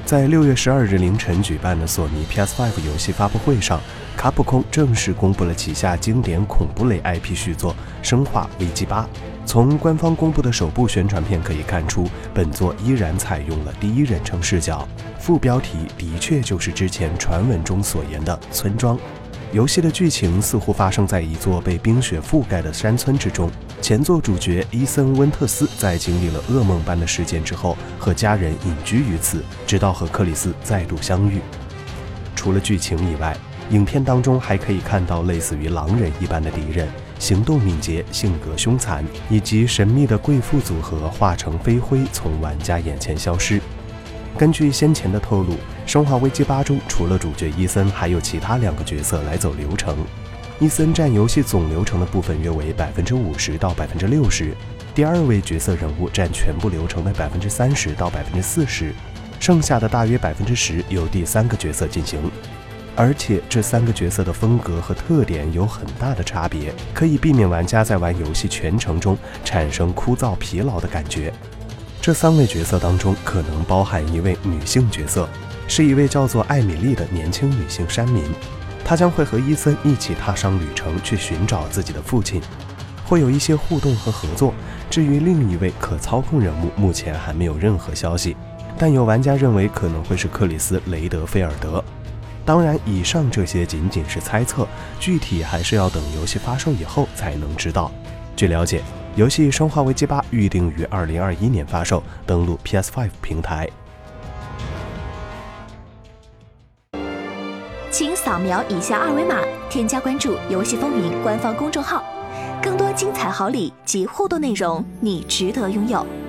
在6月12日凌晨举办的索尼 PS5 游戏发布会上，卡普空正式公布了旗下经典恐怖类 IP 续作《生化危机8》。从官方公布的首部宣传片可以看出，本作依然采用了第一人称视角，副标题的确就是之前传闻中所言的村庄。游戏的剧情似乎发生在一座被冰雪覆盖的山村之中。前作主角伊森·温特斯在经历了噩梦般的事件之后，和家人隐居于此，直到和克里斯再度相遇。除了剧情以外，影片当中还可以看到类似于狼人一般的敌人，行动敏捷，性格凶残，以及神秘的贵妇组合化成飞灰从玩家眼前消失。根据先前的透露，《生化危机8》中除了主角伊森，还有其他2个角色来走流程。伊森占游戏总流程的部分约为50%到60%，第2位角色人物占全部流程的30%到40%，剩下的大约10%由第3个角色进行。而且这3个角色的风格和特点有很大的差别，可以避免玩家在玩游戏全程中产生枯燥疲劳的感觉。这3位角色当中可能包含一位女性角色，是一位叫做艾米丽的年轻女性山民，她将会和伊森一起踏上旅程去寻找自己的父亲，会有一些互动和合作。至于另一位可操控人物，目前还没有任何消息，但有玩家认为可能会是克里斯·雷德菲尔德。当然，以上这些仅仅是猜测，具体还是要等游戏发售以后才能知道。据了解，游戏《生化危机8》预定于2021年发售，登陆 PS5 平台。 请扫描以下二维码，添加关注“游戏风云”官方公众号，更多精彩好礼及互动内容，你值得拥有。